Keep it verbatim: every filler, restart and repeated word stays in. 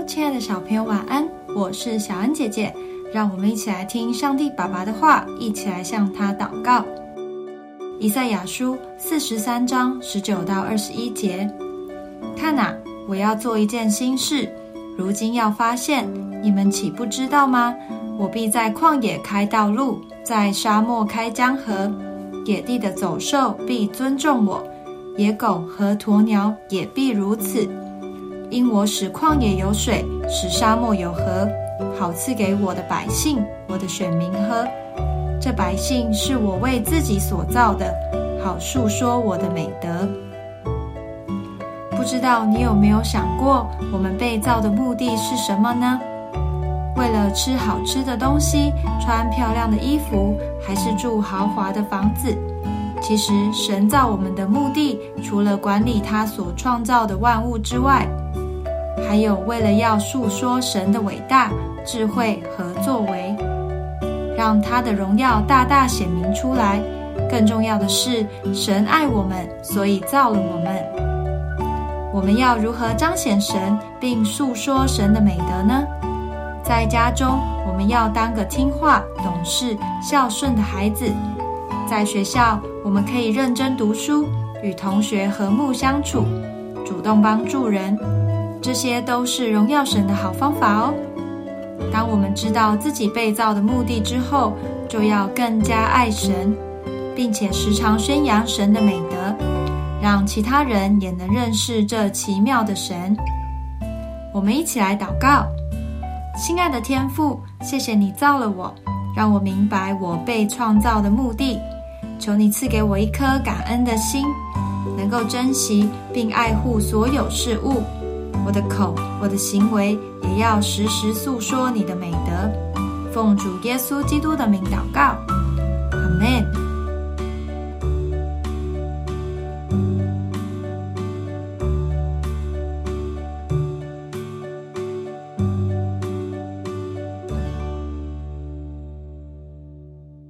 亲爱的小朋友晚安，我是小恩姐姐，让我们一起来听上帝爸爸的话，一起来向他祷告。以赛亚书四十三章十九到二十一节，看啊，我要做一件新事，如今要发现，你们岂不知道吗？我必在旷野开道路，在沙漠开江河，野地的走兽必尊重我，野狗和鸵鸟也必如此。因我使旷野有水，使沙漠有河，好赐给我的百姓，我的选民喝。这百姓是我为自己所造的，好述说我的美德。不知道你有没有想过，我们被造的目的是什么呢？为了吃好吃的东西，穿漂亮的衣服，还是住豪华的房子？其实神造我们的目的，除了管理他所创造的万物之外，还有为了要述说神的伟大、智慧和作为，让他的荣耀大大显明出来。更重要的是，神爱我们，所以造了我们。我们要如何彰显神，并述说神的美德呢？在家中，我们要当个听话、懂事、孝顺的孩子。在学校，我们可以认真读书，与同学和睦相处，主动帮助人，这些都是荣耀神的好方法哦。当我们知道自己被造的目的之后，就要更加爱神，并且时常宣扬神的美德，让其他人也能认识这奇妙的神。我们一起来祷告。亲爱的天父，谢谢你造了我，让我明白我被创造的目的。求你赐给我一颗感恩的心，能够珍惜并爱护所有事物。我的口，我的行为也要时时诉说你的美德。奉主耶稣基督的名祷告，阿们。